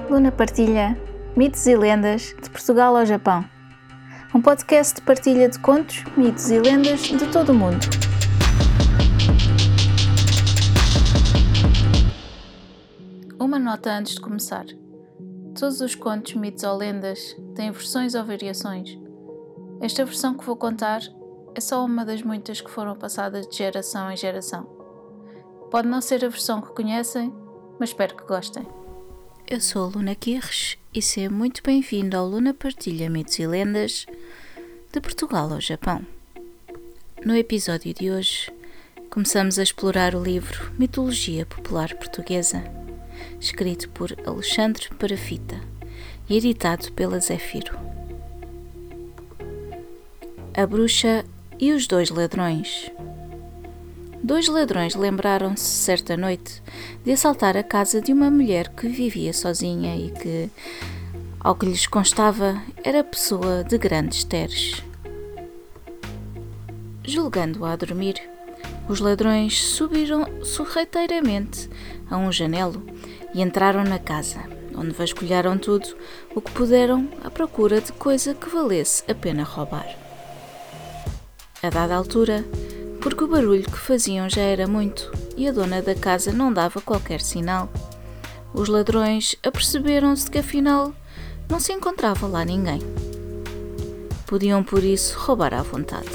Luna partilha mitos e lendas de Portugal ao Japão. Um podcast de partilha de contos, mitos e lendas de todo o mundo. Uma nota antes de começar. Todos os contos, mitos ou lendas têm versões ou variações. Esta versão que vou contar é só uma das muitas que foram passadas de geração em geração. Pode não ser a versão que conhecem, mas espero que gostem. Eu sou a Luna Quirres e seja muito bem-vindo ao Luna Partilha Mitos e Lendas de Portugal ao Japão. No episódio de hoje, começamos a explorar o livro Mitologia Popular Portuguesa, escrito por Alexandre Parafita e editado pela Zéfiro. A Bruxa e os Dois Ladrões. Dois ladrões lembraram-se certa noite de assaltar a casa de uma mulher que vivia sozinha e que, ao que lhes constava, era pessoa de grandes teres. Julgando-a a dormir, os ladrões subiram sorrateiramente a um janelo e entraram na casa, onde vasculharam tudo o que puderam à procura de coisa que valesse a pena roubar. A dada altura, porque o barulho que faziam já era muito e a dona da casa não dava qualquer sinal, os ladrões aperceberam-se de que afinal não se encontrava lá ninguém. Podiam por isso roubar à vontade.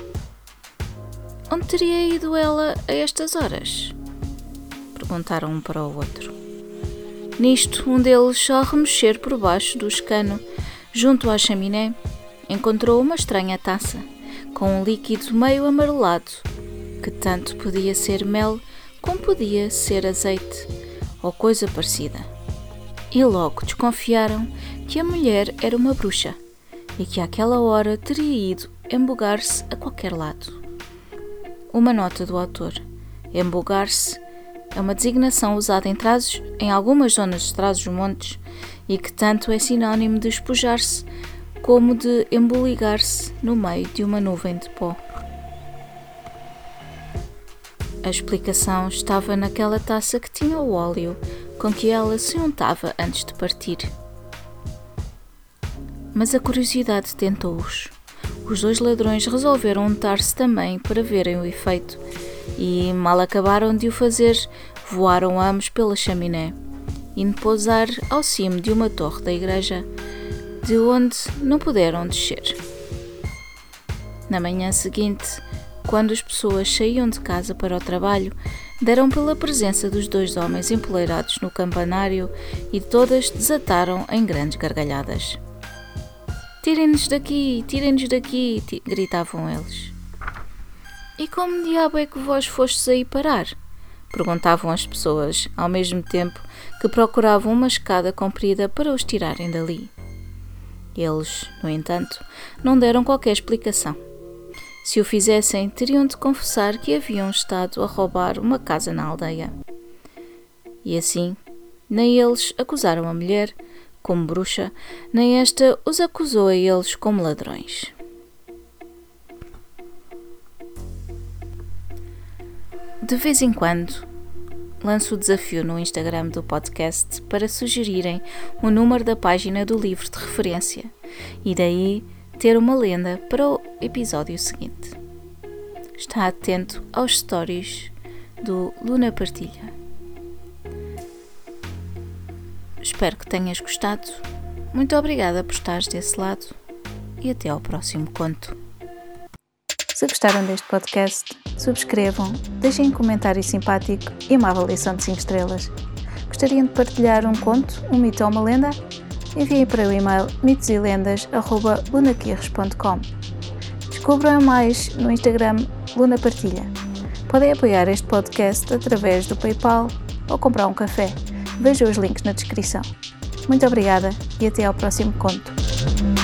Onde teria ido ela a estas horas? Perguntaram um para o outro. Nisto, um deles, ao remexer por baixo do escano, junto à chaminé, encontrou uma estranha taça, com um líquido meio amarelado, que tanto podia ser mel como podia ser azeite, ou coisa parecida. E logo desconfiaram que a mulher era uma bruxa, e que àquela hora teria ido embugar-se a qualquer lado. Uma nota do autor. Embugar-se é uma designação usada em algumas zonas de Trás-os-Montes e que tanto é sinónimo de espojar-se como de emboligar-se no meio de uma nuvem de pó. A explicação estava naquela taça que tinha o óleo com que ela se untava antes de partir. Mas a curiosidade tentou-os. Os dois ladrões resolveram untar-se também para verem o efeito e, mal acabaram de o fazer, voaram ambos pela chaminé, indo pousar ao cimo de uma torre da igreja, de onde não puderam descer. Na manhã seguinte, quando as pessoas saíam de casa para o trabalho, deram pela presença dos dois homens empoleirados no campanário e todas desataram em grandes gargalhadas. Tirem-nos daqui, gritavam eles. E como diabo é que vós fostes aí parar? Perguntavam as pessoas, ao mesmo tempo que procuravam uma escada comprida para os tirarem dali. Eles, no entanto, não deram qualquer explicação. Se o fizessem, teriam de confessar que haviam estado a roubar uma casa na aldeia. E assim, nem eles acusaram a mulher como bruxa, nem esta os acusou a eles como ladrões. De vez em quando, lanço o desafio no Instagram do podcast para sugerirem o número da página do livro de referência e daí ter uma lenda para o episódio seguinte. Está atento aos stories do Luna Partilha. Espero que tenhas gostado. Muito obrigada por estares desse lado e até ao próximo conto. Se gostaram deste podcast, subscrevam, deixem um comentário simpático e uma avaliação de 5 estrelas. Gostariam de partilhar um conto, um mito ou uma lenda? Enviem para o e-mail mitoselendas@lunaquirres.com. Descubram mais no Instagram Luna Partilha. Podem apoiar este podcast através do PayPal ou comprar um café. Vejam os links na descrição. Muito obrigada e até ao próximo conto.